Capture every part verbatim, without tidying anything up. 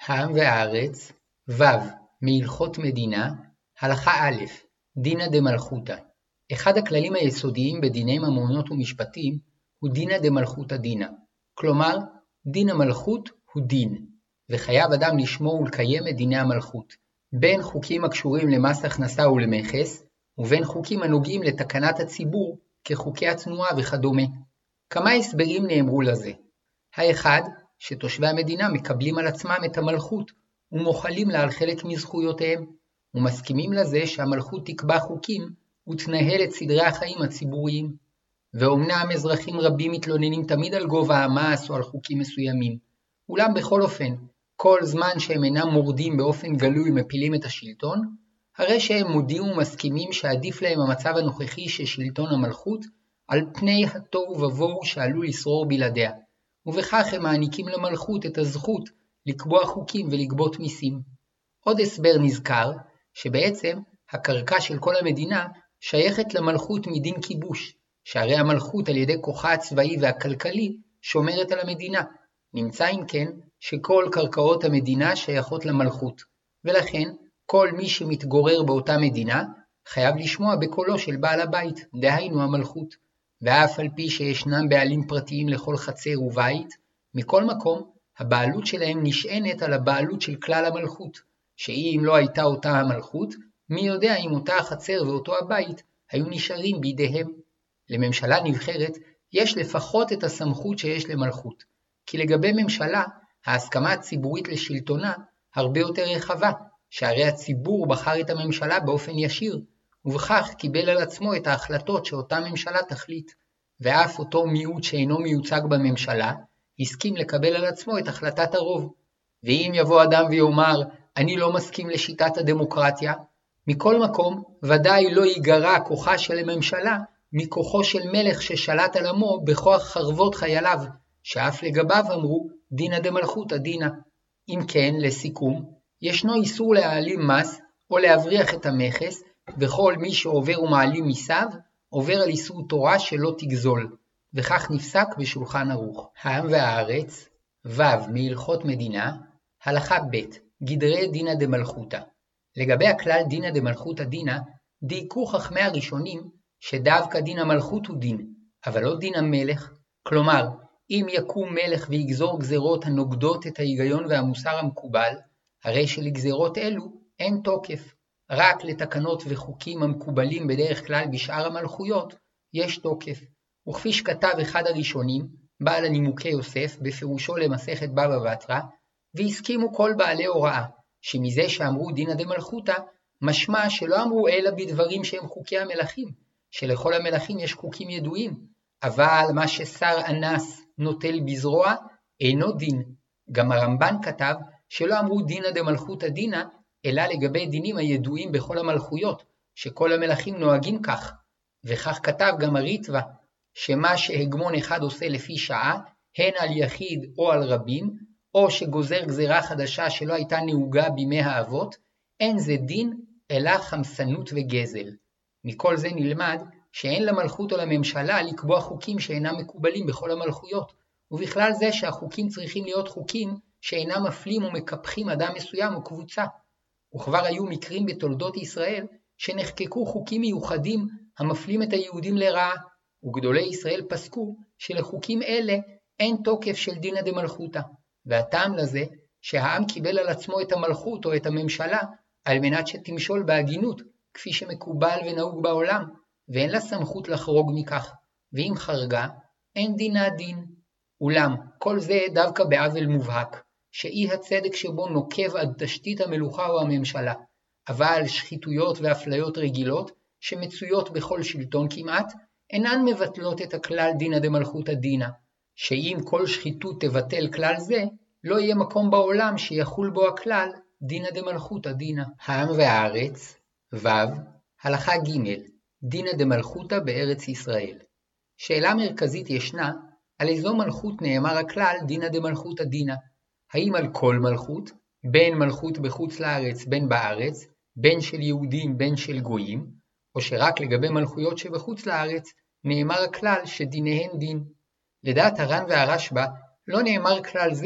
העם והארץ, ו' מהלכות מדינה, הלכה א', דינא דמלכותא. אחד הכללים היסודיים בדיני ממונות ומשפטים הוא דינא דמלכותא דינא, כלומר דין המלכות הוא דין, וחייב אדם לשמור ולקיים את דיני המלכות, בין חוקים הקשורים למס הכנסה ולמכס, ובין חוקים הנוגעים לתקנת הציבור כחוקי התנועה וכדומה. כמה הסברים נאמרו לזה. האחד, שתושבי המדינה מקבלים על עצמם את המלכות ומוחלים לה על חלק מזכויותיהם, ומסכימים לזה שהמלכות תקבע חוקים ותנהל את סדרי החיים הציבוריים. ואומנם אזרחים רבים מתלוננים תמיד על גובה המס או על חוקים מסוימים, אולם בכל אופן, כל זמן שהם אינם מורדים באופן גלוי מפילים את השלטון, הרי שהם מודיעים ומסכימים שעדיף להם המצב הנוכחי של שלטון המלכות על פני התוהו ובוהו שעלול לשרור בלעדיה, ובכך הם מעניקים למלכות את הזכות לקבוע חוקים ולגבות מיסים. עוד הסבר נזכר שבעצם הקרקע של כל המדינה שייכת למלכות מדין כיבוש, שהרי המלכות על ידי כוחה הצבאי והכלכלי שומרת על המדינה. נמצא אם כן שכל קרקעות המדינה שייכות למלכות, ולכן כל מי שמתגורר באותה מדינה חייב לשמוע בקולו של בעל הבית, דהיינו המלכות. ואף על פי שישנם בעלים פרטיים לכל חצר ובית, מכל מקום הבעלות שלהם נשענת על הבעלות של כלל המלכות, שאם לא הייתה אותה המלכות, מי יודע אם אותה החצר ואותו הבית היו נשארים בידיהם. לממשלה נבחרת יש לפחות את הסמכות שיש למלכות, כי לגבי ממשלה ההסכמה הציבורית לשלטונה הרבה יותר רחבה, שהרי הציבור בחר את הממשלה באופן ישיר, ובכך קיבל על עצמו את ההחלטות שאותה ממשלה תחליט, ואף אותו מיעוט שאינו מיוצג בממשלה הסכים לקבל על עצמו את החלטת הרוב. ואם יבוא אדם ויאמר אני לא מסכים לשיטת הדמוקרטיה, מכל מקום ודאי לא ייגרע כוחה של הממשלה מכוחו של מלך ששלט על עמו בכוח חרבות חייליו, שאף לגביו אמרו דינא דמלכותא דינא. אם כן, לסיכום, ישנו איסור להעלים מס או להבריח את המכס, וכל מי שעובר ומעלים מיסיו עובר על איסור תורה שלא תגזול, וכך נפסק בשולחן ערוך. העם והארץ, ו' מהלכות מדינה, הלכה ב' גדרי דינא דמלכותא. לגבי הכלל דינא דמלכותא דינא, דייקו חכמי הראשונים שדווקא דין המלכות הוא דין, אבל לא דין המלך. כלומר, אם יקום מלך ויגזור גזרות הנוגדות את ההיגיון והמוסר המקובל, הרי שלגזרות אלו אין תוקף. רק לתקנות וחוקים המקובלים בדרך כלל בשאר המלכויות יש תוקף. וכפי שכתב אחד הראשונים, בעל הנימוקי יוסף, בפירושו למסכת בבא בתרא, והסכימו כל בעלי הוראה, שמזה שאמרו דינא דמלכותא, משמע שלא אמרו אלא בדברים שהם חוקי המלכים, שלכל המלכים יש חוקים ידועים, אבל מה ששר אנס נוטל בזרוע אינו דין. גם הרמב"ן כתב שלא אמרו דינא דמלכותא דינא, אלא לגבי דינים הידועים בכל המלכויות, שכל המלכים נוהגים כך. וכך כתב גם הריטב"א, שמה שהגמון אחד עושה לפי שעה, הן על יחיד או על רבים, או שגוזר גזירה חדשה שלא הייתה נהוגה בימי האבות, אין זה דין אלא חמסנות וגזל. מכל זה נלמד שאין למלכות או לממשלה לקבוע חוקים שאינם מקובלים בכל המלכויות, ובכלל זה שהחוקים צריכים להיות חוקים שאינם מפלים ומקפחים אדם מסוים או קבוצה. וכבר היו מקרים בתולדות ישראל שנחקקו חוקים מיוחדים המפלים את היהודים לרעה, וגדולי ישראל פסקו שלחוקים אלה אין תוקף של דינא דמלכותא, והטעם לזה שהעם קיבל על עצמו את המלכות או את הממשלה על מנת שתמשול בהגינות כפי שמקובל ונהוג בעולם, ואין לה סמכות לחרוג מכך, ואם חרגה אין דינה דין. אולם כל זה דווקא בעוול מובהק, שאי הצדק שבו נוקב עד תשתית המלוכה או הממשלה, אבל שחיתויות ואפליות רגילות שמצויות בכל שלטון כמעט, אינן מבטלות את הכלל דינא דמלכותא דינא, שאם כל שחיתות תבטל כלל זה, לא יהיה מקום בעולם שיחול בו הכלל דינא דמלכותא דינא. העם והארץ, ו' הלכה ג' דינא דמלכותא בארץ ישראל. שאלה מרכזית ישנה, על איזו מלכות נאמר הכלל דינא דמלכותא דינא? האם על כל מלכות, בין מלכות בחוץ לארץ בין בארץ, בין של יהודים בין של גויים, או שרק לגבי מלכויות שבחוץ לארץ נאמר הכלל שדיניהן דין? לדעת הר"ן והרשב"א לא נאמר כלל זה,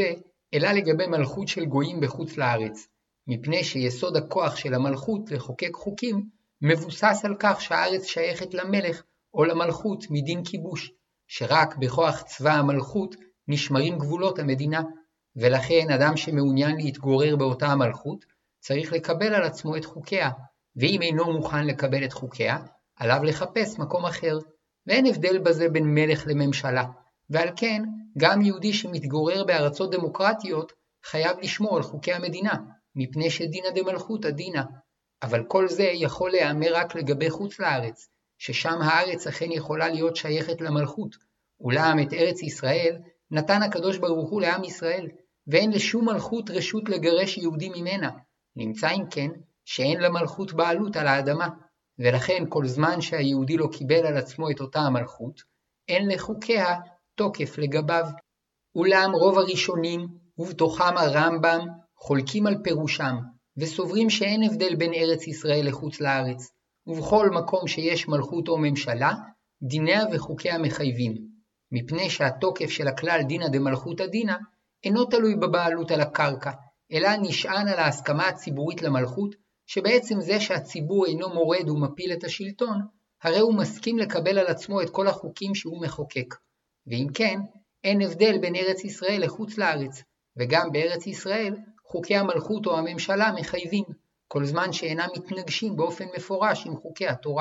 אלא לגבי מלכות של גויים בחוץ לארץ, מפני שיסוד הכוח של המלכות לחוקק חוקים מבוסס על כך שהארץ שייכת למלך או למלכות מדין כיבוש, שרק בכוח צבא המלכות נשמרים גבולות המדינה, ולכן אדם שמעוניין להתגורר באותה המלכות צריך לקבל על עצמו את חוקיה, ואם אינו מוכן לקבל את חוקיה, עליו לחפש מקום אחר, ואין הבדל בזה בין מלך לממשלה, ועל כן גם יהודי שמתגורר בארצות דמוקרטיות חייב לשמור על חוקי המדינה, מפני שדינא דמלכותא דינא. אבל כל זה יכול להיאמר רק לגבי חוץ לארץ, ששם הארץ אכן יכולה להיות שייכת למלכות, אולם את ארץ ישראל נתן הקדוש ברוך הוא לעם ישראל, ואין לשום מלכות רשות לגרש יהודים ממנה, נמצא אם כן שאין למלכות בעלות על האדמה, ולכן כל זמן שהיהודי לא קיבל על עצמו את אותה המלכות, אין לחוקיה תוקף לגביו. אולם רוב הראשונים, ובתוכם הרמב"ם, חולקים על פירושם, וסוברים שאין הבדל בין ארץ ישראל לחוץ לארץ, ובכל מקום שיש מלכות או ממשלה, דיניה וחוקיה מחייבים, מפני שהתוקף של הכלל דינא דמלכותא דינא אינו תלוי בבעלות על הקרקע, אלא נשען על ההסכמה הציבורית למלכות, שבעצם זה שהציבור אינו מורד ומפיל את השלטון, הרי הוא מסכים לקבל על עצמו את כל החוקים שהוא מחוקק. ואם כן, אין הבדל בין ארץ ישראל לחוץ לארץ, וגם בארץ ישראל חוקי המלכות או הממשלה מחייבים, כל זמן שאינם מתנגשים באופן מפורש עם חוקי התורה.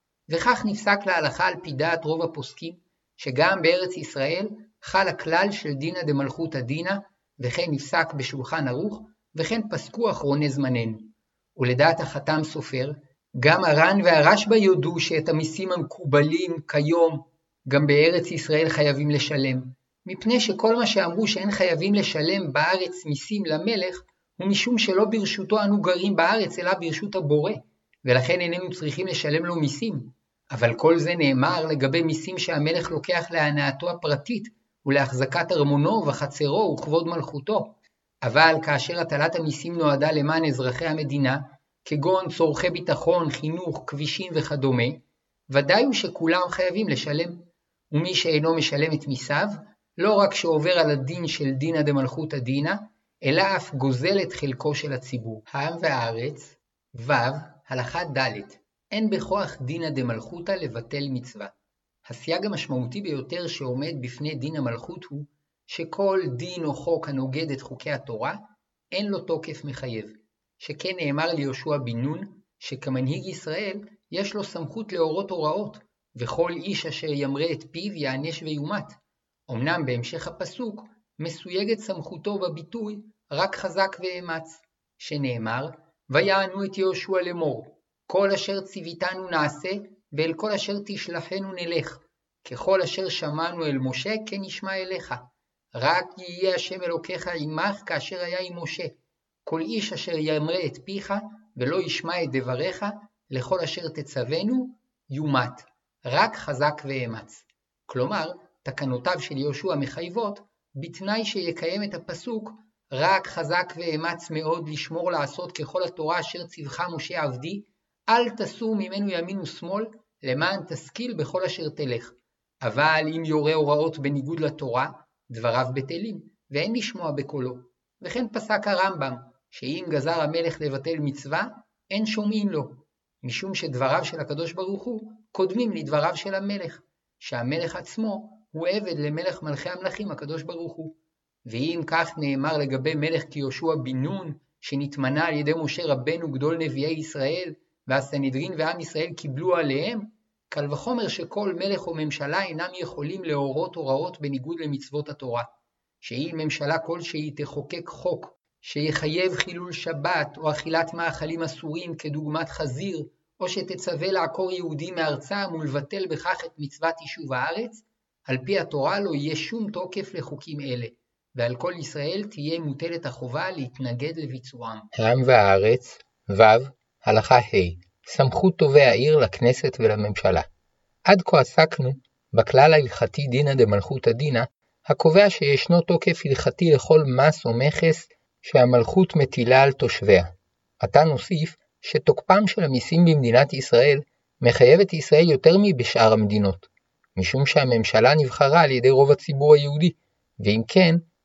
וכך נפסק להלכה על פי דעת רוב הפוסקים, שגם בארץ ישראל חל הכלל של דינא דמלכותא דינא, וכן נפסק בשולחן ערוך, וכן פסקו אחרוני זמננו. ולדעת החתם סופר, גם הר"ן והרשב"א יודו שאת המיסים המקובלים כיום גם בארץ ישראל חייבים לשלם, מפני שכל מה שאמרו שאין חייבים לשלם בארץ מיסים למלך, הוא משום שלא ברשותו אנו גרים בארץ אלא ברשות הבורא, ולכן איננו צריכים לשלם לו מיסים. אבל כל זה נאמר לגבי מיסים שהמלך לוקח להנאתו הפרטית, ולהחזקת ארמונו וחצרו וכבוד מלכותו. אבל כאשר הטלת המיסים נועדה למען אזרחי המדינה, כגון צורכי ביטחון, חינוך, כבישים וכדומה, ודאי הוא שכולם חייבים לשלם. ומי שאינו משלם את מיסיו, לא רק שעובר על הדין של דינא דמלכותא דינא, אלא אף גוזל את חלקו של הציבור. העם והארץ, ו' הלכה ד' אין בכוח דינא דמלכותא לבטל מצווה. הסייג המשמעותי ביותר שעומד בפני דין המלכות הוא, שכל דין או חוק הנוגד את חוקי התורה, אין לו תוקף מחייב. שכן נאמר ליהושע בן נון, שכמנהיג ישראל יש לו סמכות להורות הוראות, וכל איש אשר ימרה את פיו יענש ויומת. אמנם בהמשך הפסוק, מסויגת סמכותו בביטוי, רק חזק ואמץ, שנאמר, ויענו את יהושע לאמור, כל אשר ציוויתנו נעשה, ואל כל אשר תשלחנו נלך, ככל אשר שמענו אל משה כן נשמע אליך. רק יהיה השם אלוקיך עמך כאשר היה עם משה. כל איש אשר ימרה את פיך ולא ישמע את דבריך, לכל אשר תצוונו יומת. רק חזק ואמץ. כלומר, תקנותיו של יהושע מחייבות, בתנאי שיקיים את הפסוק, רק חזק ואמץ מאוד לשמור לעשות ככל התורה אשר ציווך משה עבדי, אל תסור ממנו ימין ושמאל, למען תשכיל בכל אשר תלך. אבל אם יורה הוראות בניגוד לתורה, דבריו בטלים, ואין לשמוע בקולו. וכן פסק הרמב"ם, שאם גזר המלך לבטל מצווה, אין שומעים לו, משום שדבריו של הקדוש ברוך הוא קודמים לדבריו של המלך, שהמלך עצמו הוא עבד למלך מלכי המלכים הקדוש ברוך הוא. ואם כך נאמר לגבי מלך כיהושע בן נון, שנתמנה על ידי משה רבנו גדול נביאי ישראל, והסנהדרין ועם ישראל קיבלו עליהם, קל וחומר שכל מלך או ממשלה אינם יכולים להורות הוראות בניגוד למצוות התורה. שאם ממשלה כלשהי תחוקק חוק שיחייב חילול שבת או אכילת מאכלים אסורים כדוגמת חזיר, או שתצווה לעקור יהודים מארצם ולבטל בכך את מצוות יישוב הארץ, על פי התורה לא יהיה שום תוקף לחוקים אלה, ועל כל ישראל תהיה מוטלת החובה להתנגד לביצועם. העם והארץ, ו' הלכה ה' סמכות תובע העיר לכנסת ולממשלה. עד כה עסקנו בכלל ההלכתי דינא דמלכותא דינא, הקובע שישנו תוקף הלכתי לכל מס או מכס שהמלכות מטילה על תושביה. עתה נוסיף שתוקפם של המיסים במדינת ישראל מחייב את ישראל יותר מבשאר המדינות, משום שהממשלה נבחרה על ידי רוב הציבור היהודי, ואם כן,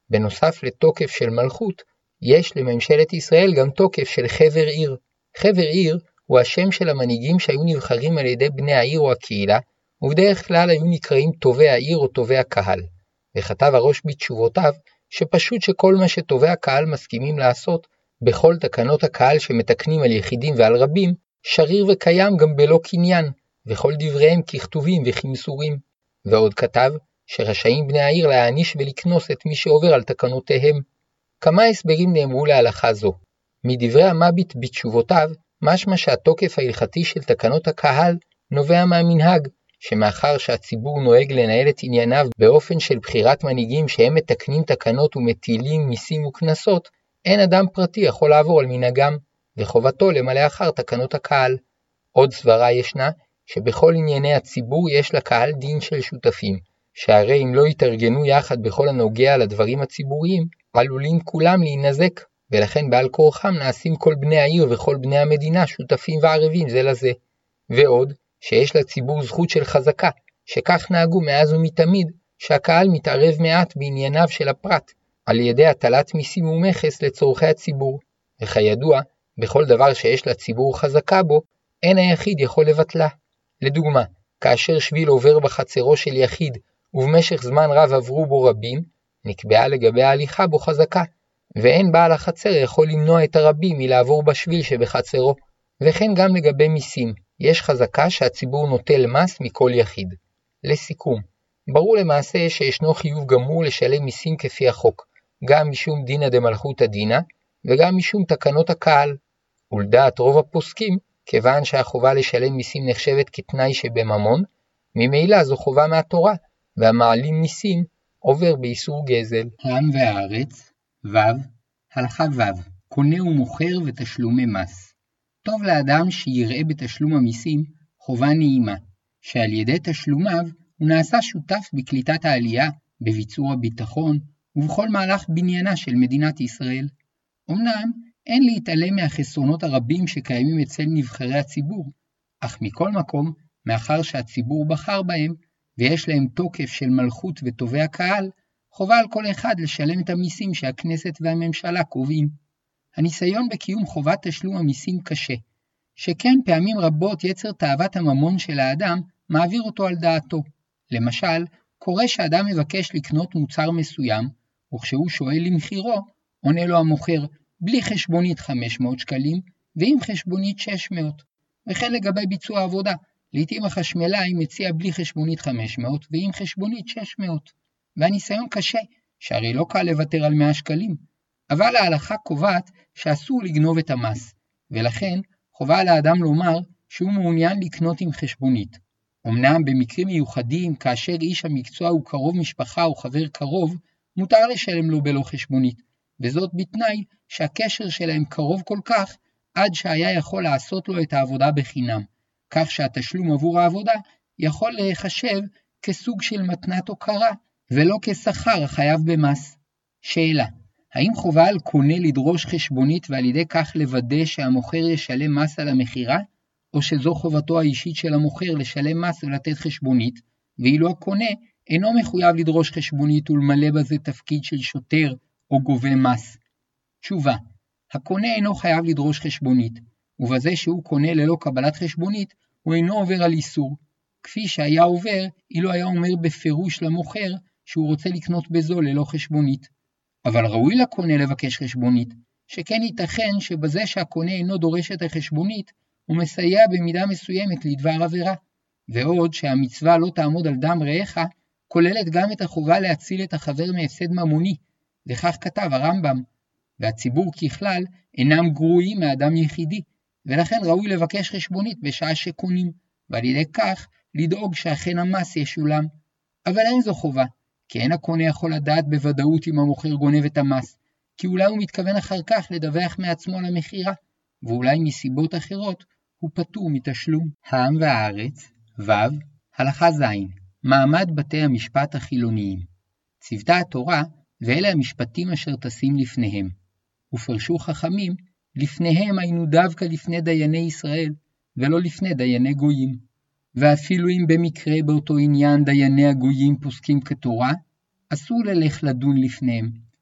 בנוסף לתוקף של מלכות, יש לממשלת ישראל גם תוקף של חבר עיר. חבר עיר הוא השם של המנהיגים שהיו נבחרים על ידי בני העיר או הקהילה, ובדרך כלל היו נקראים טובי העיר או טובי הקהל. וכתב הראש בתשובותיו, שפשוט שכל מה שטובי הקהל מסכימים לעשות, בכל תקנות הקהל שמתקנים על יחידים ועל רבים, שריר וקיים גם בלא קניין, וכל דבריהם ככתובים וכמסורים. ועוד כתב, שרשאים בני העיר להעניש ולקנוס את מי שעובר על תקנותיהם. כמה הסברים נאמרו להלכה זו. מדברי המביט בתשובותיו, משמע שהתוקף ההלכתי של תקנות הקהל נובע מהמנהג, שמאחר שהציבור נוהג לנהל את ענייניו באופן של בחירת מנהיגים שהם מתקנים תקנות ומטילים מיסים וקנסות, אין אדם פרטי יכול לעבור על מנהגם, וחובתו למלא אחר תקנות הקהל. עוד סברה ישנה, שבכל ענייני הציבור יש לקהל דין של שותפים, שהרי אם לא יתארגנו יחד בכל הנוגע לדברים הציבוריים, עלולים כולם להינזק, ולכן בעל כורחם נעשים כל בני העיר וכל בני המדינה שותפים וערבים זה לזה. ועוד, שיש לציבור זכות של חזקה, שכך נהגו מאז ומתמיד, שהקהל מתערב מעט בענייניו של הפרט, על ידי הטלת מיסים ומכס לצורכי הציבור. וכידוע, בכל דבר שיש לציבור חזקה בו, אין היחיד יכול לבטלה. לדוגמה, כאשר שביל עובר בחצרו של יחיד, ובמשך זמן רב עברו בו רבים, נקבעה לגבי ההליכה בו חזקה, ואין בעל החצר יכול למנוע את הרבים מלעבור בשביל שבחצרו. וכן גם לגבי מיסים, יש חזקה שהציבור נוטל מס מכל יחיד. לסיכום, ברור למעשה שישנו חיוב גמור לשלם מיסים כפי החוק, גם משום דינא דמלכותא דינא, וגם משום תקנות הקהל. ולדעת רוב הפוסקים, כיוון שהחובה לשלם מיסים נחשבת כתנאי שבממון, ממילא זו חובה מהתורה, והמעלים מיסים עובר באיסור גזל. העם והארץ, ו' הלכה ו' קונה ומוכר ותשלומי מס. טוב לאדם שיראה בתשלום המיסים חובה נעימה, שעל ידי תשלומיו הוא נעשה שותף בקליטת העלייה, בביצור הביטחון ובכל מהלך בניינה של מדינת ישראל. אמנם אין להתעלם מהחסרונות הרבים שקיימים אצל נבחרי הציבור, אך מכל מקום, מאחר שהציבור בחר בהם, ויש להם תוקף של מלכות וטובי הקהל, חובה על כל אחד לשלם את המיסים שהכנסת והממשלה קובעים. הניסיון בקיום חובת תשלום המיסים קשה, שכן פעמים רבות יצר תאוות הממון של האדם מעביר אותו על דעתו. למשל, קורה שאדם מבקש לקנות מוצר מסוים, וכשהוא שואל למחירו, עונה לו המוכר בלי חשבונית חמש מאות שקלים, ועם חשבונית שש מאות. וכן לגבי ביצוע עבודה, לעתים החשמלאי מציע בלי חשבונית חמש מאות ועם חשבונית שש מאות. והניסיון קשה, שהרי לא קל לוותר על מאה שקלים, אבל ההלכה קובעת שאסור לגנוב את המס, ולכן חובה על האדם לומר שהוא מעוניין לקנות עם חשבונית. אמנם במקרים מיוחדים, כאשר איש המקצוע הוא קרוב משפחה או חבר קרוב, מותר לשלם לו בלא חשבונית, וזאת בתנאי שהקשר שלהם קרוב כל כך, עד שהיה יכול לעשות לו את העבודה בחינם, כך שהתשלום עבור העבודה יכול להיחשב כסוג של מתנת הוקרה, ולא כשכר החייב במס. שאלה, האם חובה על קונה לדרוש חשבונית ועל ידי כך לוודא שהמוכר ישלם מס על המחירה, או שזו חובתו האישית של המוכר לשלם מס ולתת חשבונית, ואילו הקונה אינו מחויב לדרוש חשבונית ולמלא בזה תפקיד של שוטר או גובה מס? תשובה, הקונה אינו חייב לדרוש חשבונית, ובזה שהוא קונה ללא קבלת חשבונית, הוא אינו עובר על איסור, כפי שהיה עובר אילו היה אומר בפירוש למוכר שהוא רוצה לקנות בזול ללא חשבונית. אבל ראוי לקונה לבקש חשבונית, שכן ייתכן שבזה שהקונה אינו דורש את החשבונית, הוא מסייע במידה מסוימת לדבר עבירה, ועוד שהמצווה לא תעמוד על דם רעך, כוללת גם את החובה להציל את החבר מהפסד ממוני, וכך כתב הרמב"ם, והציבור ככלל אינם גרועים מאדם יחידי, ולכן ראוי לבקש חשבונית בשעה שקונים, ועל ידי כך לדאוג שאכן המס ישולם. אבל אין זו חובה, כי אין הקונה יכול לדעת בוודאות אם המוכר גונב את המס, כי אולי הוא מתכוון אחר כך לדווח מעצמו למחירה, ואולי מסיבות אחרות הוא פטור מתשלום. העם והארץ, ו' הלכה ז' מעמד בתי המשפט החילוניים. צוותה התורה, ואלה המשפטים אשר תשים לפניהם. ופרשו חכמים, לפניהם היינו דווקא לפני דייני ישראל, ולא לפני דייני גויים. ואפילו אם במקרה באותו עניין דייני הגויים פוסקים כתורה, אסור ללך לדון לפניהם,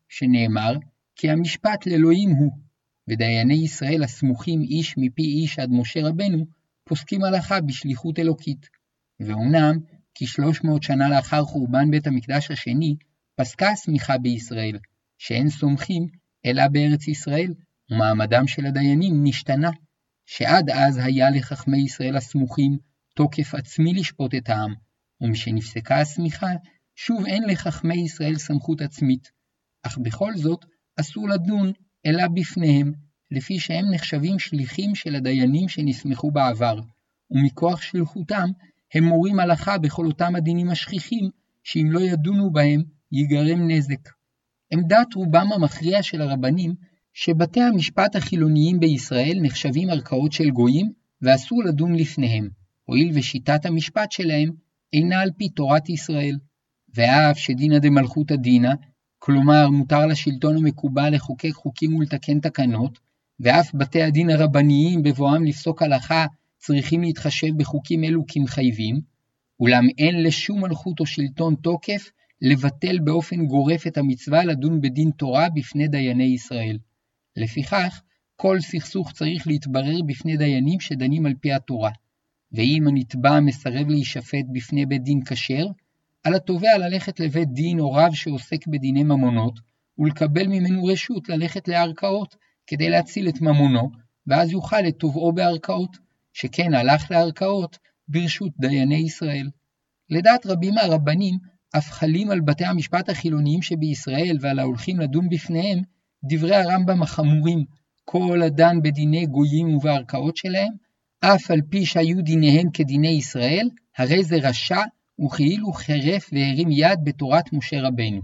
שנאמר, כי המשפט לאלוהים הוא, ודייני ישראל הסמוכים איש מפי איש עד משה רבנו, פוסקים הלכה בשליחות אלוקית. ואומנם, כשלוש מאות שנה לאחר חורבן בית המקדש השני, פסקה הסמיכה בישראל, שאין סומכים אלא בארץ ישראל, ומעמדם של הדיינים נשתנה, שעד אז היה לחכמי ישראל הסמוכים תוקף עצמי לשפוט את העם, ומשנפסקה הסמיכה, שוב אין לחכמי ישראל סמכות עצמית, אך בכל זאת אסור לדון אלא בפניהם, לפי שהם נחשבים שליחים של הדיינים שנסמכו בעבר, ומכוח שליחותם הם מורים הלכה בכל אותם הדינים השכיחים, שאם לא ידונו בהם ייגרם נזק. עמדת רובם המכריע של הרבנים, שבתי המשפט החילוניים בישראל נחשבים ערכאות של גויים, ואסור לדון לפניהם, הואיל ושיטת המשפט שלהם אינה על פי תורת ישראל. ואף שדינא דמלכותא דינא, כלומר מותר לשלטון המקובל לחוקק חוקים ולתקן תקנות, ואף בתי הדין הרבניים בבואם לפסוק הלכה צריכים להתחשב בחוקים אלו כמחייבים, אולם אין לשום מלכות או שלטון תוקף לבטל באופן גורף את המצווה לדון בדין תורה בפני דייני ישראל. לפיכך, כל סכסוך צריך להתברר בפני דיינים שדנים על פי התורה, ואם הנתבע מסרב להישפט בפני בית דין כשר, על התובע ללכת לבית דין או רב שעוסק בדיני ממונות, ולקבל ממנו רשות ללכת לערכאות כדי להציל את ממונו, ואז יוכל לתובעו בערכאות, שכן הלך לערכאות ברשות דייני ישראל. לדעת רבים מהרבנים, אף חלים על בתי המשפט החילוניים שבישראל ועל ההולכים לדון בפניהם, דברי הרמב"ם החמורים, כל הדן בדיני גויים ובערכאות שלהם, אף על פי שהיו דיניהם כדיני ישראל, הרי זה רשע וכאילו חרף והרים יד בתורת משה רבנו.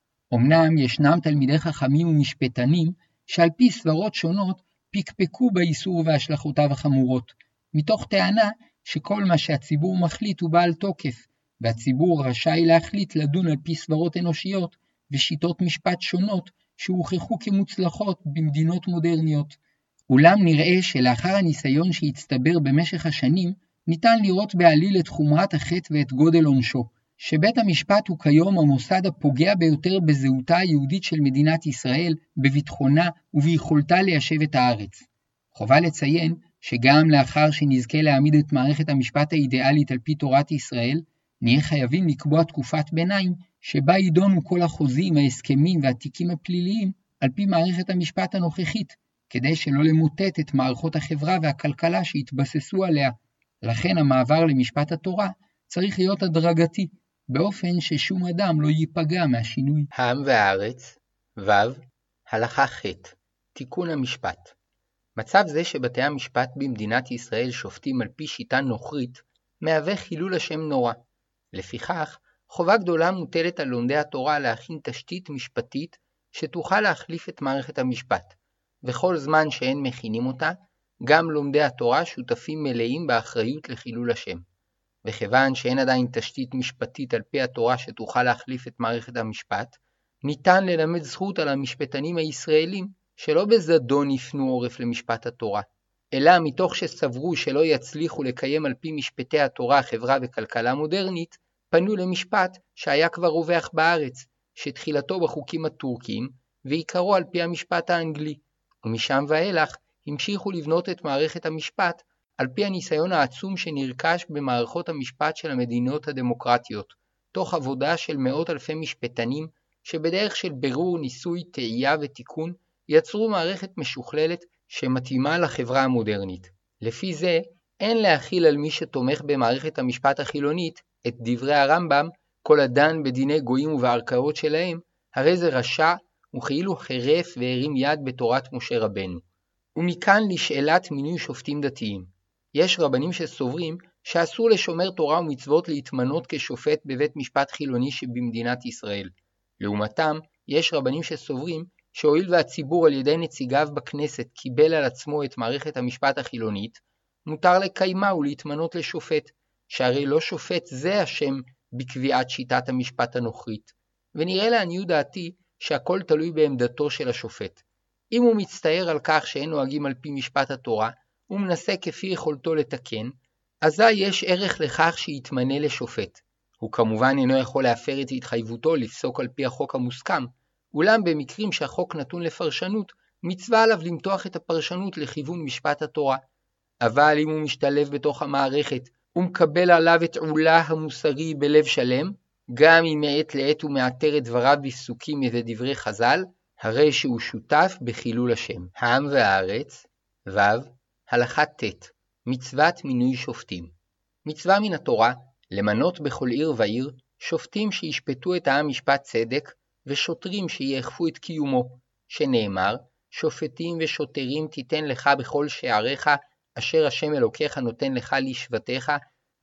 אמנם ישנם תלמידי חכמים ומשפטנים, שעל פי סברות שונות פקפקו באיסור והשלכותיו החמורות, מתוך טענה שכל מה שהציבור מחליט הוא בעל תוקף, והציבור רשאי להחליט לדון על פי סברות אנושיות ושיטות משפט שונות שהוכחו כמוצלחות במדינות מודרניות. אולם נראה שלאחר הניסיון שהצטבר במשך השנים, ניתן לראות בעליל את חומרת החטא ואת גודל עונשו, שבית המשפט הוא כיום המוסד הפוגע ביותר בזהותה היהודית של מדינת ישראל, בביטחונה וביכולתה ליישב את הארץ. חובה לציין שגם לאחר שנזכה להעמיד את מערכת המשפט האידיאלית על פי תורת ישראל, נהיה חייבים לקבוע תקופת ביניים שבה יידונו כל החוזים, ההסכמים והתיקים הפליליים על פי מערכת המשפט הנוכחית, כדי שלא למוטט את מערכות החברה והכלכלה שהתבססו עליה. לכן המעבר למשפט התורה צריך להיות הדרגתי, באופן ששום אדם לא ייפגע מהשינוי. העם והארץ, ו' הלכה ח' תיקון המשפט. מצב זה שבתי המשפט במדינת ישראל שופטים על פי שיטה נוכרית, מהווה חילול השם נורא. לפיכך, חובה גדולה מוטלת על לומדי התורה להכין תשתית משפטית שתוכל להחליף את מערכת המשפט, וכל זמן שאין מכינים אותה, גם לומדי התורה שותפים מלאים באחריות לחילול השם. וכיוון שאין עדיין תשתית משפטית על פי התורה שתוכל להחליף את מערכת המשפט, ניתן ללמד זכות על המשפטנים הישראלים שלא בזדון יפנו עורף למשפט התורה, אלא מתוך שסברו שלא יצליחו לקיים על פי משפטי התורה חברה וכלכלה מודרנית, פנו למשפט שהיה כבר רווח בארץ, שתחילתו בחוקים הטורקיים ועיקרו על פי המשפט האנגלי, ומשם ואילך המשיכו לבנות את מערכת המשפט על פי הניסיון העצום שנרכש במערכות המשפט של המדינות הדמוקרטיות, תוך עבודה של מאות אלפי משפטנים שבדרך של בירור, ניסוי, תאייה ותיקון יצרו מערכת משוכללת שמתאימה לחברה המודרנית. לפי זה, אין להכיל על מי שתומך במערכת המשפט החילונית את דברי הרמב"ם, כל הדן בדיני גויים ובערכאות שלהם, הרי זה רשע וכאילו חרף והרים יד בתורת משה רבנו. ומכאן לשאלת מינוי שופטים דתיים. יש רבנים שסוברים שאסור לשומר תורה ומצוות להתמנות כשופט בבית משפט חילוני שבמדינת ישראל. לעומתם, יש רבנים שסוברים שהואיל והציבור על ידי נציגיו בכנסת קיבל על עצמו את מערכת המשפט החילונית, מותר לקיימה ולהתמנות לשופט, שהרי לא שופט זה השם בקביעת שיטת המשפט הנוכרית. ונראה לעניות דעתי שהכל תלוי בעמדתו של השופט. אם הוא מצטער על כך שאין נוהגים על פי משפט התורה, ומנסה כפי יכולתו לתקן, אזי יש ערך לכך שיתמנה לשופט. הוא כמובן אינו יכול להפר את התחייבותו לפסוק על פי החוק המוסכם, אולם במקרים שהחוק נתון לפרשנות, מצווה עליו למתוח את הפרשנות לכיוון משפט התורה. אבל אם הוא משתלב בתוך המערכת, הוא מקבל עליו את עולה המוסרי בלב שלם, גם אם מעת לעת הוא מאתר את דבריו בפסוקים ודברי חז"ל, הרי שהוא שותף בחילול השם. העם והארץ. ו' הלכה ט' מצוות מינוי שופטים. מצווה מן התורה למנות בכל עיר ועיר שופטים שישפטו את העם משפט צדק, ושוטרים שיאכפו את קיומו, שנאמר, שופטים ושוטרים תיתן לך בכל שעריך, אשר השם אלוקיך נותן לך לשבטיך,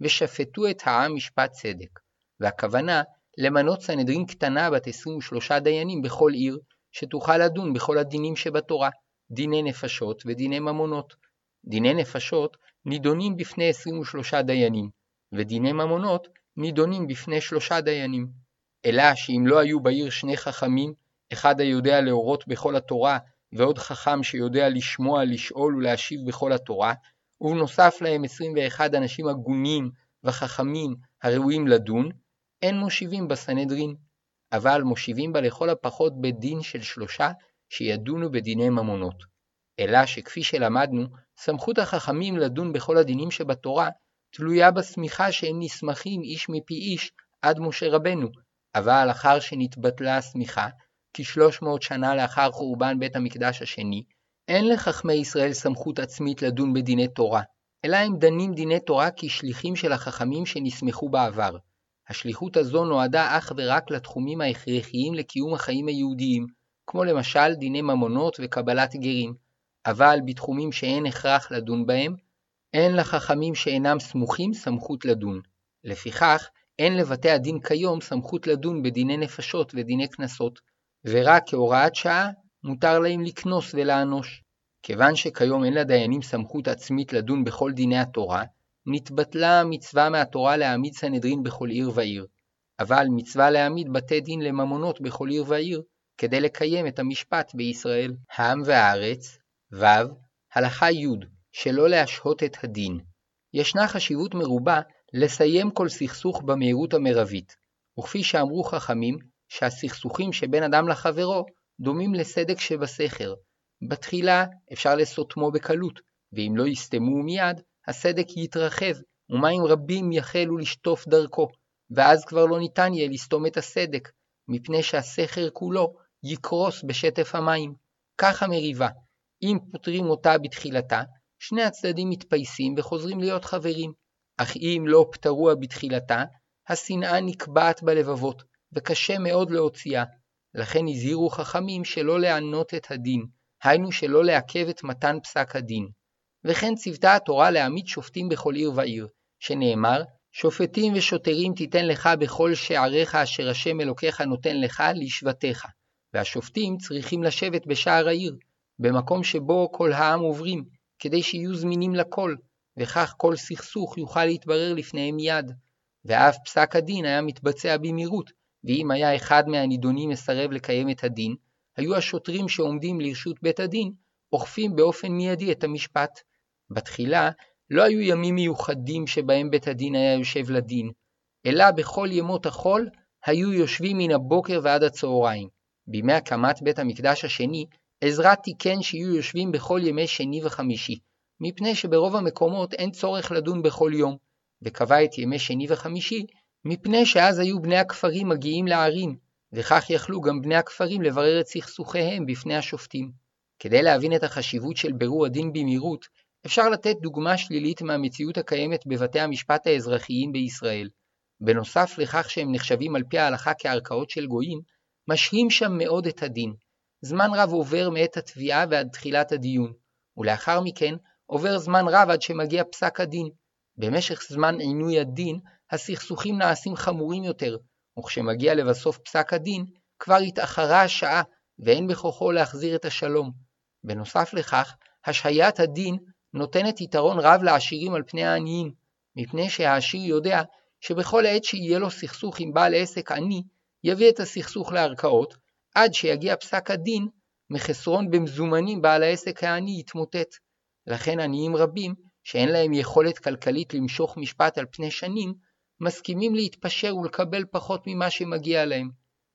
ושפטו את העם משפט צדק. והכוונה, למנות סנהדרין קטנה בת עשרים ושלושה דיינים בכל עיר, שתוכל לדון בכל הדינים שבתורה, דיני נפשות ודיני ממונות. דיני נפשות נידונים בפני עשרים ושלושה דיינים, ודיני ממונות נידונים בפני שלושה דיינים. אלא שאם לא היו בעיר שני חכמים, אחד היודע להורות בכל התורה, ועוד חכם שיודע לשמוע, לשאול ולהשיב בכל התורה, ובנוסף להם עשרים ואחד אנשים הגונים וחכמים הראויים לדון, אין מושיבים בסנהדרין, אבל מושיבים בה לכל הפחות בדין של שלושה שידונו בדיני ממונות. אלא שכפי שלמדנו, סמכות החכמים לדון בכל הדינים שבתורה תלויה בסמיכה שהם נסמכים איש מפי איש עד משה רבנו, אבל לאחר שנתבטלה הסמיכה, כשלוש מאות שנה לאחר חורבן בית המקדש השני, אין לחכמי ישראל סמכות עצמית לדון בדיני תורה, אלא הם דנים דיני תורה כשליחים של החכמים שנסמכו בעבר. השליחות הזו נועדה אך ורק לתחומים ההכרחיים לקיום החיים היהודיים, כמו למשל דיני ממונות וקבלת גרים, אבל בתחומים שאין הכרח לדון בהם, אין לחכמים שאינם סמוכים סמכות לדון. לפיכך, אין לבתי הדין כיום סמכות לדון בדיני נפשות ודיני כנסות, ורק כהוראת שעה מותר להם לקנוס ולענוש. כיוון שכיום אין לדיינים סמכות עצמית לדון בכל דיני התורה, נתבטלה מצווה מהתורה להעמיד סנהדרין בכל עיר ועיר, אבל מצווה להעמיד בתי דין לממונות בכל עיר ועיר, כדי לקיים את המשפט בישראל. העם והארץ. ו' הלכה י' שלא להשהות את הדין. ישנה חשיבות מרובה לסיים כל סכסוך במהירות המרבית, וכפי שאמרו חכמים, שהסכסוכים שבין אדם לחברו דומים לסדק שבסכר. בתחילה אפשר לסותמו בקלות, ואם לא יסתמו מיד, הסדק יתרחב, ומים רבים יחלו לשטוף דרכו, ואז כבר לא ניתן יהיה לסתום את הסדק, מפני שהסכר כולו יקרוס בשטף המים. כך המריבה, אם פותרים אותה בתחילתה, שני הצדדים מתפייסים וחוזרים להיות חברים, אך אם לא פתרוה בתחילתה, השנאה נקבעת בלבבות, וקשה מאוד להוציאה. לכן הזהירו חכמים שלא לענות את הדין, היינו שלא לעכב את מתן פסק הדין. וכן ציוותה התורה להעמיד שופטים בכל עיר ועיר, שנאמר, שופטים ושוטרים תיתן לך בכל שעריך אשר השם אלוקיך נותן לך לשבטיך. והשופטים צריכים לשבת בשער העיר, במקום שבו כל העם עוברים, כדי שיהיו זמינים לכל, וכך כל סכסוך יוכל להתברר לפניהם מיד. ואף פסק הדין היה מתבצע במהירות, ואם היה אחד מהנידונים מסרב לקיים את הדין, היו השוטרים שעומדים לרשות בית הדין, אוכפים באופן מיידי את המשפט. בתחילה לא היו ימים מיוחדים שבהם בית הדין היה יושב לדין, אלא בכל ימות החול היו יושבים מן הבוקר ועד הצהריים. בימי הקמת בית המקדש השני, עזרא תיקן שיהיו יושבים בכל ימי שני וחמישי, מפני שברוב המקומות אין צורך לדון בכל יום, וקבע את ימי שני וחמישי, מפני שאז היו בני הכפרים מגיעים לערים, וכך יכלו גם בני הכפרים לברר את סכסוכיהם בפני השופטים. כדי להבין את החשיבות של בירור הדין במהירות, אפשר לתת דוגמה שלילית מהמציאות הקיימת בבתי המשפט האזרחיים בישראל. בנוסף לכך שהם נחשבים על פי ההלכה כערכאות של גויים, משהים שם מאוד את הדין. זמן רב עובר מעת התביעה ועד תחילת הדיון, ולאחר מכן עובר זמן רב עד שמגיע פסק הדין. במשך זמן עינוי הדין, הסכסוכים נעשים חמורים יותר, וכשמגיע לבסוף פסק הדין, כבר התאחרה השעה, ואין בכוחו להחזיר את השלום. בנוסף לכך, השהיית הדין נותנת יתרון רב לעשירים על פני העניים, מפני שהעשיר יודע שבכל עת שיהיה לו סכסוך עם בעל עסק עני, יביא את הסכסוך לערכאות, עד שיגיע פסק הדין, מחסרון במזומנים בעל העסק העני יתמוטט. לכן עניים רבים, שאין להם יכולת כלכלית למשוך משפט על פני שנים, מסכימים להתפשר ולקבל פחות ממה שמגיע להם.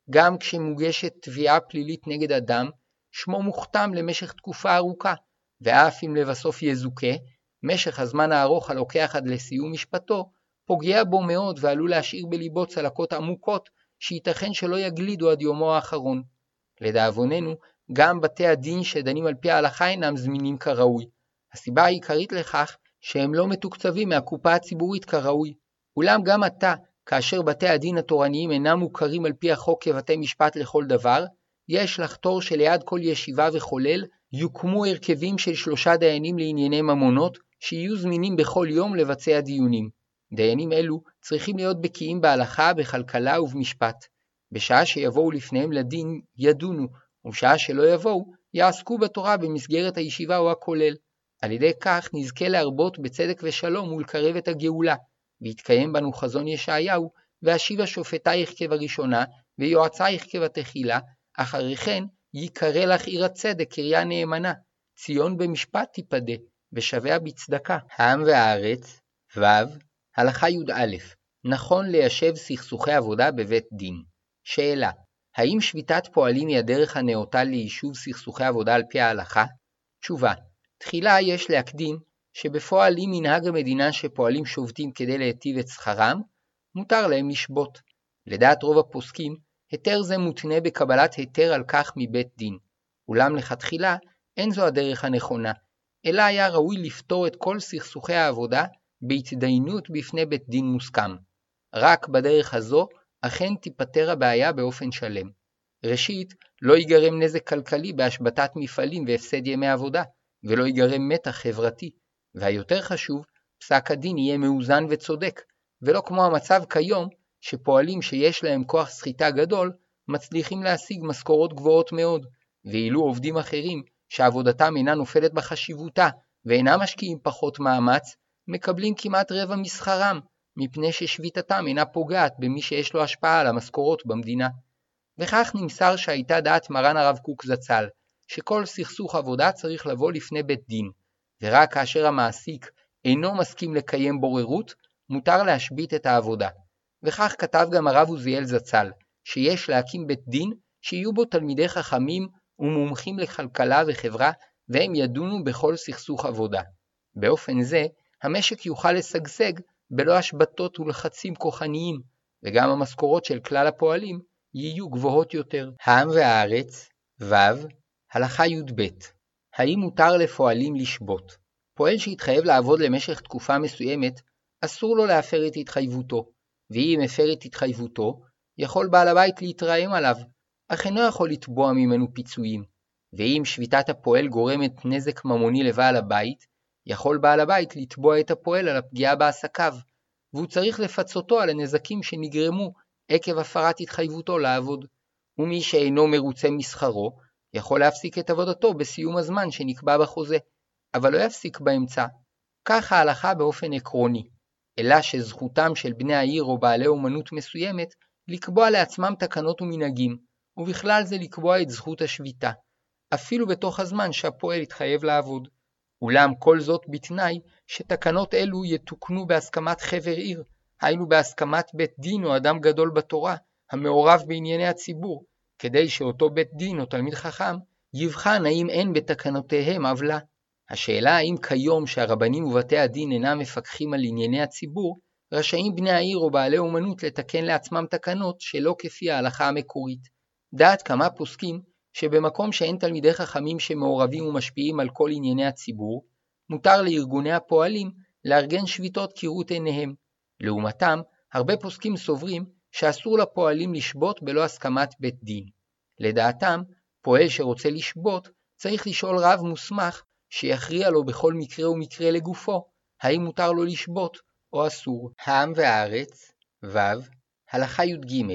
גם כשמוגשת תביעה פלילית נגד אדם, שמו מוכתם למשך תקופה ארוכה, ואף אם לבסוף יזוכה, משך הזמן הארוך הלוקח עד לסיום משפטו, פוגע בו מאוד ועלול להשאיר בליבו צלקות עמוקות, שייתכן שלא יגלידו עד יומו האחרון. לדאבוננו, גם בתי הדין שדנים על פי ההלכה אינם זמינים כראוי. הסיבה העיקרית לכך שהם לא מתוקצבים מהקופה הציבורית כראוי. אולם גם עתה, כאשר בתי הדין התורניים אינם מוכרים על פי החוק כבתי משפט לכל דבר, יש לחתור שליד כל ישיבה וחולל יוקמו הרכבים של שלושה דיינים לענייני ממונות, שיהיו זמינים בכל יום לבצע דיונים. דיינים אלו צריכים להיות בקיאים בהלכה, בכלכלה ובמשפט. בשעה שיבואו לפניהם לדין ידונו, ובשעה שלא יבואו יעסקו בתורה במסגרת הישיבה או הכולל. על ידי כך נזכה להרבות בצדק ושלום ולקרב את הגאולה. והתקיים בנו חזון ישעיהו, והשיבה שופטייך כבראשונה, ויועצייך כבתחילה, אחרי כן יקרא לך עיר הצדק קריה נאמנה, ציון במשפט תיפדה, ושביה בצדקה. העם והארץ. ו' הלכה י"א. נכון ליישב סכסוכי עבודה בבית דין. שאלה: האם שביתת פועלים היא הדרך הנאותה ליישוב סכסוכי עבודה על פי ההלכה? תשובה: תחילה יש להקדים שבפועל אם מנהג המדינה שפועלים שובתים כדי להיטיב את שכרם, מותר להם לשבות. לדעת רוב הפוסקים, היתר זה מותנה בקבלת היתר על כך מבית דין. אולם לכתחילה אין זו הדרך הנכונה, אלא היה ראוי לפתור את כל סכסוכי העבודה בהתדיינות בפני בית דין מוסכם. רק בדרך הזו אכן תיפטר הבעיה באופן שלם. ראשית, לא ייגרם נזק כלכלי בהשבתת מפעלים והפסד ימי עבודה, ולא ייגרם מתח חברתי. והיותר חשוב, פסק הדין יהיה מאוזן וצודק, ולא כמו המצב כיום, שפועלים שיש להם כוח סחיטה גדול, מצליחים להשיג משכורות גבוהות מאוד, ואילו עובדים אחרים, שעבודתם אינה נופלת בחשיבותה, ואינם משקיעים פחות מאמץ, מקבלים כמעט רבע משכרם, מפני ששביתתם אינה פוגעת במי שיש לו השפעה על המשכורות במדינה. וכך נמסר שהייתה דעת מרן הרב קוק זצ"ל, שכל סכסוך עבודה צריך לבוא לפני בית דין, ורק כאשר המעסיק אינו מסכים לקיים בוררות, מותר להשבית את העבודה. וכך כתב גם הרב עוזיאל זצ"ל, שיש להקים בית דין שיהיו בו תלמידי חכמים ומומחים לכלכלה וחברה, והם ידונו בכל סכסוך עבודה. באופן זה, המשק יוכל לשגשג בלא השבתות ולחצים כוחניים, וגם המשכורות של כלל הפועלים יהיו גבוהות יותר. העם והארץ. ו' הלכה י"ב. האם מותר לפועלים לשבות? פועל שהתחייב לעבוד למשך תקופה מסוימת, אסור לו להפר את התחייבותו, ואם הפר את התחייבותו, יכול בעל הבית להתרעם עליו, אך אינו יכול לתבוע ממנו פיצויים. ואם שביתת הפועל גורמת נזק ממוני לבעל הבית, יכול בעל הבית לתבוע את הפועל על הפגיעה בעסקיו, והוא צריך לפצותו על הנזקים שנגרמו עקב הפרת התחייבותו לעבוד. ומי שאינו מרוצה משכרו, יכול להפסיק את עבודתו בסיום הזמן שנקבע בחוזה, אבל לא יפסיק באמצע. כך ההלכה באופן עקרוני, אלא שזכותם של בני העיר או בעלי אומנות מסוימת לקבוע לעצמם תקנות ומנהגים, ובכלל זה לקבוע את זכות השביתה, אפילו בתוך הזמן שהפועל התחייב לעבוד. אולם כל זאת בתנאי שתקנות אלו יתוקנו בהסכמת חבר עיר, היינו בהסכמת בית דין או אדם גדול בתורה, המעורב בענייני הציבור, כדי שאותו בית דין או תלמיד חכם יבחן האם אין בתקנותיהם עוולה. השאלה האם כיום שהרבנים ובתי הדין אינם מפקחים על ענייני הציבור, רשאים בני העיר או בעלי אומנות לתקן לעצמם תקנות שלא כפי ההלכה המקורית. דעת כמה פוסקים שבמקום שאין תלמידי חכמים שמעורבים ומשפיעים על כל ענייני הציבור, מותר לארגוני הפועלים לארגן שביתות כראות עיניהם. לעומתם, הרבה פוסקים סוברים שאסור לפועלים לשבות בלא הסכמת בית דין. לדעתם, פועל שרוצה לשבות צריך לשאול רב מוסמך שיכריע לו בכל מקרה ומקרה לגופו, האם מותר לו לשבות או אסור. העם והארץ. ו' הלכה י"ג.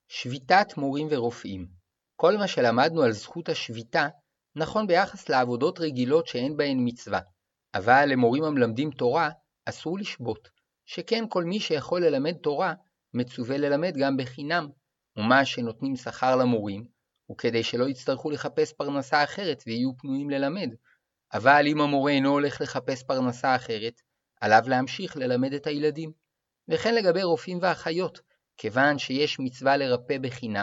שביתת מורים ורופאים. כל מה שלמדנו על זכות השביתה נכון ביחס לעבודות רגילות שאין בהן מצווה, אבל למורים המלמדים תורה אסור לשבות, שכן כל מי שיכול ללמד תורה מצווה ללמד גם בחינם, ומה שנותנים שכר למורים הוא כדי שלא יצטרכו לחפש פרנסה אחרת ויהיו פנויים ללמד. אבל אם המורה אינו הולך לחפש פרנסה אחרת, עליו להמשיך ללמד את הילדים. וכן לגבי רופאים ואחיות, כיוון שיש מצווה לרפא בחינם,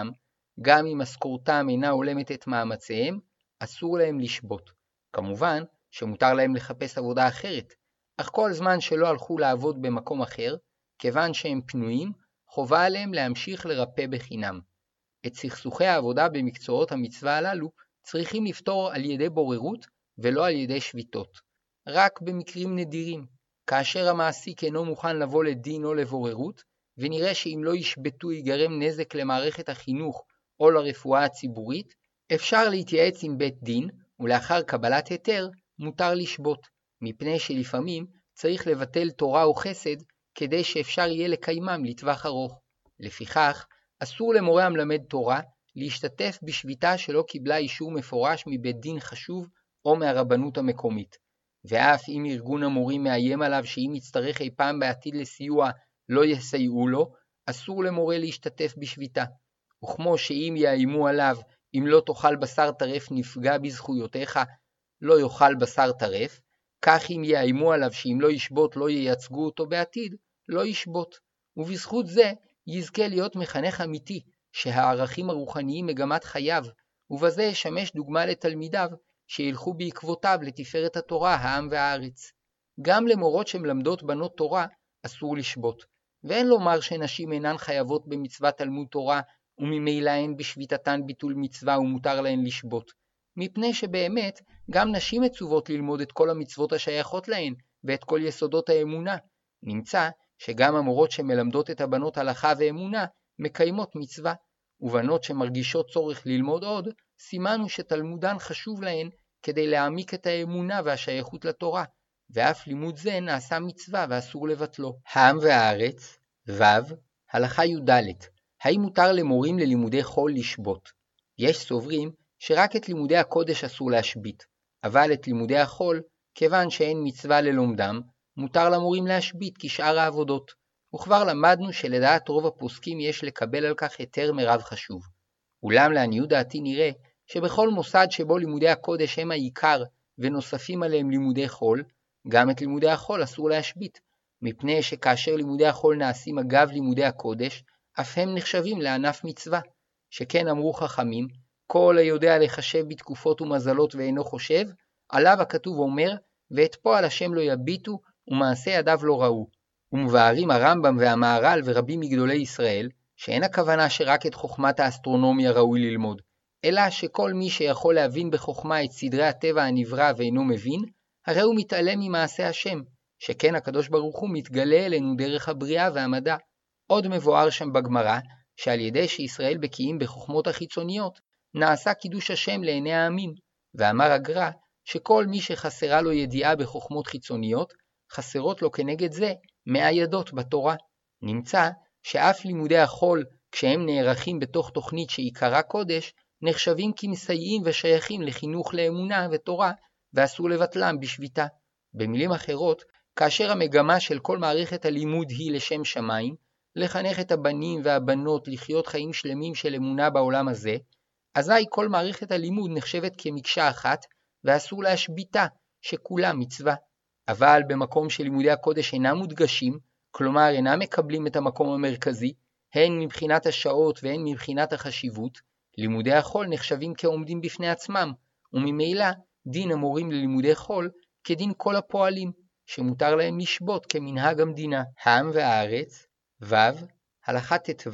גם אם משכורתם אינה הולמת את מאמציהם, אסור להם לשבות. כמובן שמותר להם לחפש עבודה אחרת, אך כל זמן שלא הלכו לעבוד במקום אחר, כיוון שהם פנויים, חובה עליהם להמשיך לרפא בחינם. את סכסוכי העבודה במקצועות המצווה הללו צריכים לפתור על ידי בוררות ולא על ידי שביתות. רק במקרים נדירים, כאשר המעסיק אינו מוכן לבוא לדין או לבוררות, ונראה שאם לא ישבתו ייגרם נזק למערכת החינוך או לרפואה הציבורית, אפשר להתייעץ עם בית דין, ולאחר קבלת היתר מותר לשבות, מפני שלפעמים צריך לבטל תורה או חסד כדי שאפשר יהיה לקיימם לטווח ארוך. לפיכך, אסור למורה המלמד תורה להשתתף בשביתה שלא קיבלה אישור מפורש מבית דין חשוב או מהרבנות המקומית. ואף אם ארגון המורים מאיים עליו שאם יצטרך אי פעם בעתיד לסיוע לא יסייעו לו, אסור למורה להשתתף בשביתה. וכמו שאם יאיימו עליו, אם לא תאכל בשר טרף נפגע בזכויותיך, לא יאכל בשר טרף, כך אם יאיימו עליו שאם לא ישבות לא ייצגו אותו בעתיד, לא ישבות. ובזכות זה יזכה להיות מחנך אמיתי, שהערכים הרוחניים מגמת חייו, ובזה ישמש דוגמה לתלמידיו, שילכו בעקבותיו לתפארת התורה, העם והארץ. גם למורות שמלמדות בנות תורה אסור לשבות, ואין לומר שנשים אינן חייבות במצוות תלמוד תורה, וממילא הן בשביתתן ביטול מצווה ומותר להן לשבות, מפני שבאמת גם נשים מצוות ללמוד את כל המצוות השייכות להן, ואת כל יסודות האמונה. נמצא שגם המורות שמלמדות את הבנות הלכה ואמונה מקיימות מצווה, ובנות שמרגישות צורך ללמוד עוד, סימנו שתלמודן חשוב להן כדי להעמיק את האמונה והשייכות לתורה, ואף לימוד זה נעשה מצווה ואסור לבטלו. העם והארץ, ו' הלכה י"ד. האם מותר למורים ללימודי חול לשבות? יש סוברים שרק את לימודי הקודש אסור להשבית, אבל את לימודי החול, כיוון שאין מצווה ללומדם, מותר למורים להשבית כשאר העבודות. וכבר למדנו שלדעת רוב הפוסקים יש לקבל על כך היתר מרב חשוב. אולם לעניות דעתי נראה שבכל מוסד שבו לימודי הקודש הם העיקר ונוספים עליהם לימודי חול, גם את לימודי החול אסור להשבית, מפני שכאשר לימודי החול נעשים אגב לימודי הקודש, אף הם נחשבים לענף מצווה, שכן אמרו חכמים, כל היודע לחשב בתקופות ומזלות ואינו חושב, עליו הכתוב אומר, ואת פועל השם לא יביטו, ומעשה ידיו לא ראו. ומבארים הרמב"ם והמהר"ל ורבים מגדולי ישראל, שאין הכוונה שרק את חוכמת האסטרונומיה ראוי ללמוד, אלא שכל מי שיכול להבין בחוכמה את סדרי הטבע הנברא ואינו מבין, הרי הוא מתעלם ממעשה השם, שכן הקדוש ברוך הוא מתגלה אלינו דרך הבריאה והמדע. עוד מבואר שם בגמרא, שעל ידי שישראל בקיאים בחוכמות החיצוניות, נעשה קידוש השם לעיני העמים, ואמר הגר"א שכל מי שחסרה לו ידיעה בחוכמות חיצוניות, חסרות לו כנגד זה מאה ידות בתורה. נמצא שאף לימודי החול, כשהם נערכים בתוך תוכנית שעיקרה קודש, נחשבים כמסייעים ושייכים לחינוך לאמונה ותורה, ואסור לבטלם בשביתה. במילים אחרות, כאשר המגמה של כל מערכת הלימוד היא לשם שמיים, לחנך את הבנים והבנות לחיות חיים שלמים של אמונה בעולם הזה, אזי כל מערכת הלימוד נחשבת כמקשה אחת, ואסור להשביתה, שכולה מצווה. אבל במקום שלימודי הקודש אינם מודגשים, כלומר אינם מקבלים את המקום המרכזי, הן מבחינת השעות והן מבחינת החשיבות, לימודי החול נחשבים כעומדים בפני עצמם, וממילא דין המורים ללימודי חול כדין כל הפועלים, שמותר להם לשבות כמנהג המדינה. העם והארץ, ו' הלכה ט"ו.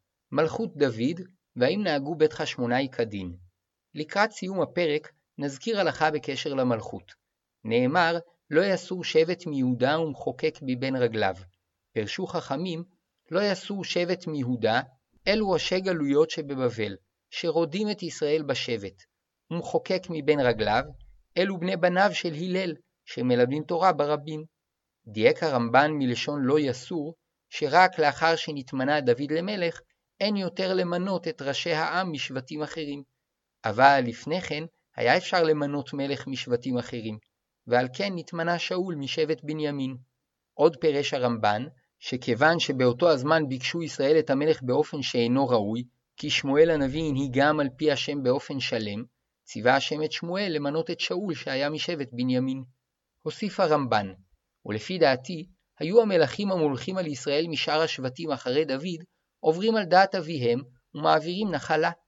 מלכות דוד, והאם נהגו בית חשמונאי כדין. לקראת סיום הפרק נזכיר הלכה בקשר למלכות. נאמר, לא יסור שבט מיהודה ומחוקק מבין רגליו. פרשו חכמים, לא יסור שבט מיהודה, אלו ראשי גלויות שבבבל, שרודים את ישראל בשבט. ומחוקק מבין רגליו, אלו בני בניו של הלל, שמלמדים תורה ברבים. דייק הרמב"ן מלשון לא יסור, שרק לאחר שנתמנה דוד למלך, אין יותר למנות את ראשי העם משבטים אחרים. אבל לפני כן היה אפשר למנות מלך משבטים אחרים, ועל כן נתמנה שאול משבט בנימין. עוד פרש הרמב"ן, שכיוון שבאותו הזמן ביקשו ישראל את המלך באופן שאינו ראוי, כי שמואל הנביא הנהיגם על פי השם באופן שלם, ציווה השם את שמואל למנות את שאול שהיה משבט בנימין. הוסיף הרמב"ן, ולפי דעתי, היו המלכים המולכים על ישראל משאר השבטים אחרי דוד, עוברים על דעת אביהם ומעבירים נחלה,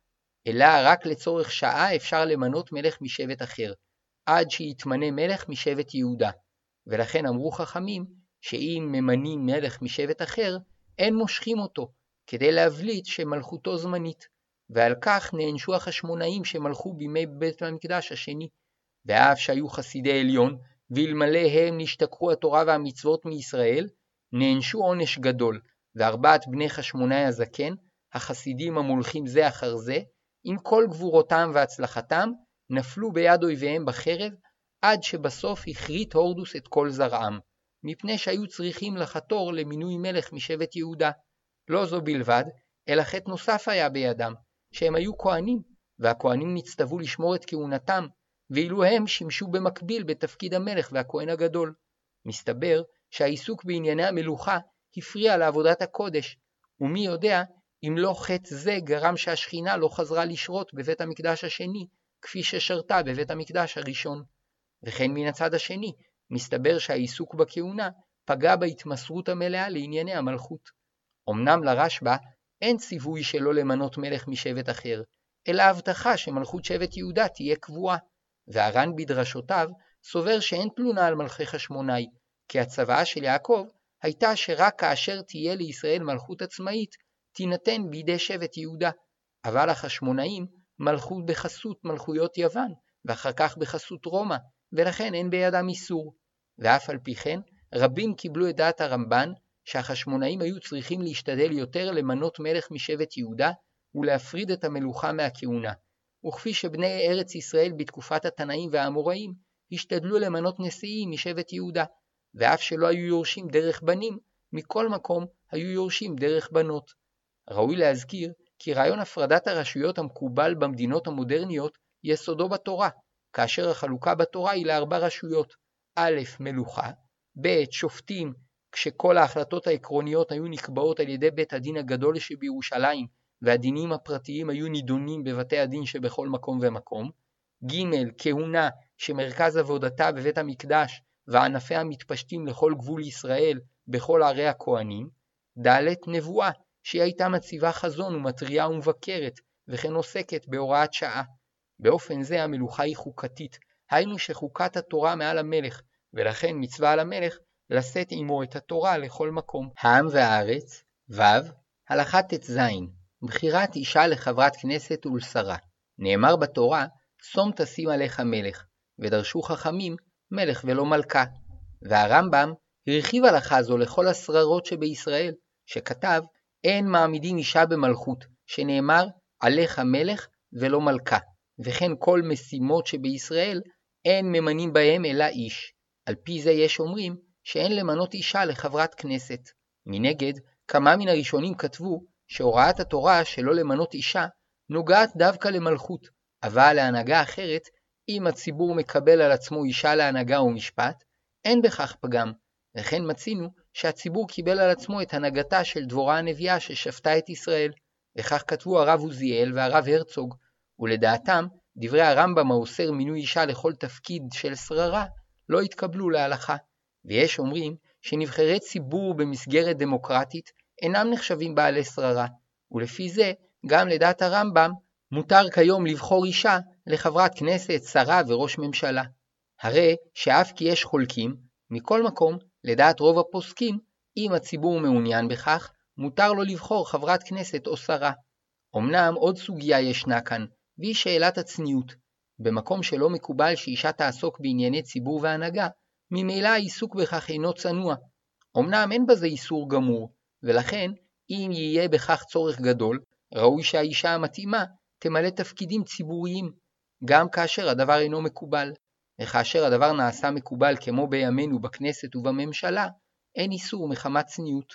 אלא רק לצורך שעה אפשר למנות מלך משבט אחר, עד שיתמנה מלך משבט יהודה. ולכן אמרו חכמים שאם ממנים מלך משבט אחר, אין מושכים אותו, כדי להבליט שמלכותו זמנית. ועל כך נענשו החשמונאים שמלכו בימי בית המקדש השני. ואף שהיו חסידי עליון, ואלמלא הם נשתכחו התורה והמצוות מישראל, נענשו עונש גדול, וארבעת בני חשמונאי הזקן, החסידים המולכים זה אחר זה, עם כל גבורותם והצלחתם, נפלו ביד אויביהם בחרב, עד שבסוף הכרית הורדוס את כל זרעם, מפני שהיו צריכים לחתור למינוי מלך משבט יהודה. לא זו בלבד, אלא חטא נוסף היה בידם, שהם היו כהנים, והכהנים נצטוו לשמור את כהונתם, ואילו הם שימשו במקביל בתפקיד המלך והכהן הגדול. מסתבר שהעיסוק בענייני המלוכה הפריע לעבודת הקודש, ומי יודע אם לא חטא זה גרם שהשכינה לא חזרה לשרות בבית המקדש השני, כפי ששרתה בבית המקדש הראשון. וכן מן הצד השני, מסתבר שהעיסוק בכהונה פגע בהתמסרות המלאה לענייני המלכות. אמנם לרשב"א אין ציווי שלא למנות מלך משבט אחר, אלא הבטחה שמלכות שבט יהודה תהיה קבועה, והר"ן בדרשותיו סובר שאין תלונה על מלכי חשמונאי, כי הצוואה של יעקב הייתה שרק כאשר תהיה לישראל מלכות עצמאית, תינתן בידי שבט יהודה, אבל החשמונאים מלכו בחסות מלכויות יוון, ואחר כך בחסות רומא, ולכן אין בידם איסור. ואף על פי כן, רבים קיבלו את דעת הרמב"ן, שהחשמונאים היו צריכים להשתדל יותר למנות מלך משבט יהודה, ולהפריד את המלוכה מהכהונה. וכפי שבני ארץ ישראל בתקופת התנאים והאמוראים, השתדלו למנות נשיאים משבט יהודה, ואף שלא היו יורשים דרך בנים, מכל מקום היו יורשים דרך בנות. ראוי להזכיר כי רעיון הפרדת הרשויות המקובל במדינות המודרניות יסודו בתורה, כאשר החלוקה בתורה היא לארבע רשויות: א', מלוכה, ב', שופטים, כשכל ההחלטות העקרוניות היו נקבעות על ידי בית הדין הגדול שבירושלים, והדינים הפרטיים היו נידונים בבתי הדין שבכל מקום ומקום, ג', כהונה, שמרכז עבודתה בבית המקדש, וענפיה מתפשטים לכל גבול ישראל בכל ערי הכהנים, ד', נבואה, שהיא הייתה מציבה חזון ומטריה ומבקרת, וכן עוסקת בהוראת שעה. באופן זה המלוכה היא חוקתית, היינו שחוקת התורה מעל המלך, ולכן מצווה על המלך לשאת עמו את התורה לכל מקום. העם והארץ, ו' הלכה ט"ז, בחירת אישה לחברת כנסת ולשרה. נאמר בתורה, שום תשים עליך מלך, ודרשו חכמים מלך ולא מלכה. והרמב"ם הרחיב הלכה זו לכל השררות שבישראל, שכתב, אין מעמידים אישה במלכות, שנאמר עליך מלך ולא מלכה, וכן כל משימות שבישראל אין ממנים בהם אלא איש. על פי זה יש אומרים שאין למנות אישה לחברת כנסת. מנגד, כמה מן הראשונים כתבו שהוראת התורה שלא למנות אישה נוגעת דווקא למלכות, אבל להנהגה אחרת, אם הציבור מקבל על עצמו אישה להנהגה ומשפט, אין בכך פגם, וכן מצינו שהציבור קיבל על עצמו את הנהגתה של דבורה הנביאה ששפטה את ישראל, וכך כתבו הרב עוזיאל והרב הרצוג, ולדעתם דברי הרמב"ם האוסר מינוי אישה לכל תפקיד של שררה לא התקבלו להלכה. ויש אומרים שנבחרי ציבור במסגרת דמוקרטית אינם נחשבים בעלי שררה, ולפי זה גם לדעת הרמב"ם מותר כיום לבחור אישה לחברת כנסת, שרה וראש ממשלה. הרי שאף כי יש חולקים, מכל מקום לדעת רוב הפוסקים, אם הציבור מעוניין בכך, מותר לו לבחור חברת כנסת או שרה. אמנם עוד סוגיה ישנה כאן, והיא שאלת הצניעות. במקום שלא מקובל שאישה תעסוק בענייני ציבור והנהגה, ממילא העיסוק בכך אינו צנוע. אמנם אין בזה איסור גמור, ולכן אם יהיה בכך צורך גדול, ראוי שהאישה המתאימה תמלא תפקידים ציבוריים, גם כאשר הדבר אינו מקובל. וכאשר הדבר נעשה מקובל כמו בימינו בכנסת ובממשלה, אין איסור מחמת צניעות.